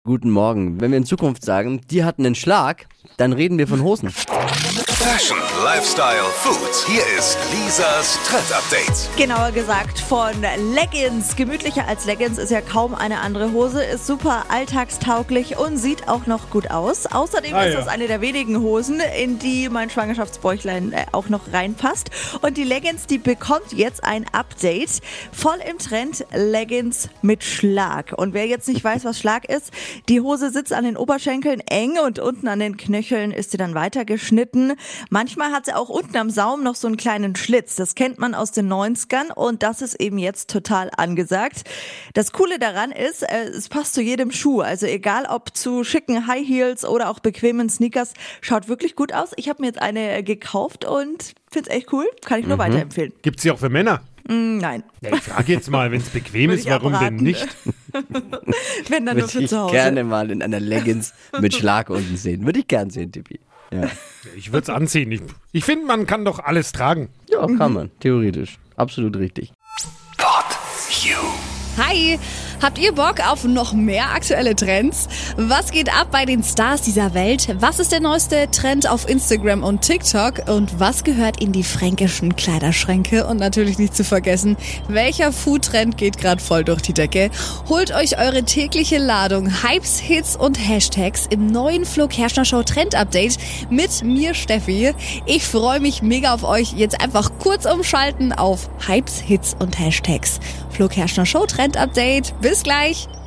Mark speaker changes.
Speaker 1: Guten Morgen. Wenn wir in Zukunft sagen, die hatten einen Schlag, dann reden wir von Hosen.
Speaker 2: Fashion, Lifestyle, Food. Hier ist Lisas Trend Update.
Speaker 3: Genauer gesagt von Leggings. Gemütlicher als Leggings ist ja kaum eine andere Hose, ist super alltagstauglich und sieht auch noch gut aus. Außerdem ist es eine der wenigen Hosen, in die mein Schwangerschaftsbäuchlein auch noch reinpasst. Und die Leggings, die bekommt jetzt ein Update. Voll im Trend Leggings mit Schlag. Und wer jetzt nicht weiß, was Schlag ist, die Hose sitzt an den Oberschenkeln eng und unten an den Knöcheln ist sie dann weitergeschnitten. Manchmal hat sie auch unten am Saum noch so einen kleinen Schlitz. Das kennt man aus den 90ern und das ist eben jetzt total angesagt. Das Coole daran ist, es passt zu jedem Schuh. Also egal ob zu schicken High Heels oder auch bequemen Sneakers, schaut wirklich gut aus. Ich habe mir jetzt eine gekauft und finde es echt cool. Kann ich nur weiterempfehlen.
Speaker 4: Gibt's die auch für Männer?
Speaker 3: Nein.
Speaker 4: Ja, ich frage jetzt mal, wenn es bequem ist, warum denn nicht?
Speaker 3: Wenn dann nur
Speaker 1: Würde
Speaker 3: für
Speaker 1: ich
Speaker 3: zu Hause.
Speaker 1: gerne mal in einer Leggings mit Schlag unten sehen. Würde ich gern sehen, Tippi. Ja,
Speaker 4: Ich würde es anziehen. Ich finde, man kann doch alles tragen.
Speaker 1: ja kann man. Theoretisch. Absolut richtig.
Speaker 2: Pod You.
Speaker 5: Hi, habt ihr Bock auf noch mehr aktuelle Trends? Was geht ab bei den Stars dieser Welt? Was ist der neueste Trend auf Instagram und TikTok? Und was gehört in die fränkischen Kleiderschränke? Und natürlich nicht zu vergessen, welcher Food-Trend geht gerade voll durch die Decke? Holt euch eure tägliche Ladung Hypes, Hits und Hashtags im neuen Flo Kerschner Show Trend Update mit mir, Steffi. Ich freue mich mega auf euch. Jetzt einfach kurz umschalten auf Hypes, Hits und Hashtags. Flo Kerschner Show Trend Update. Bis gleich.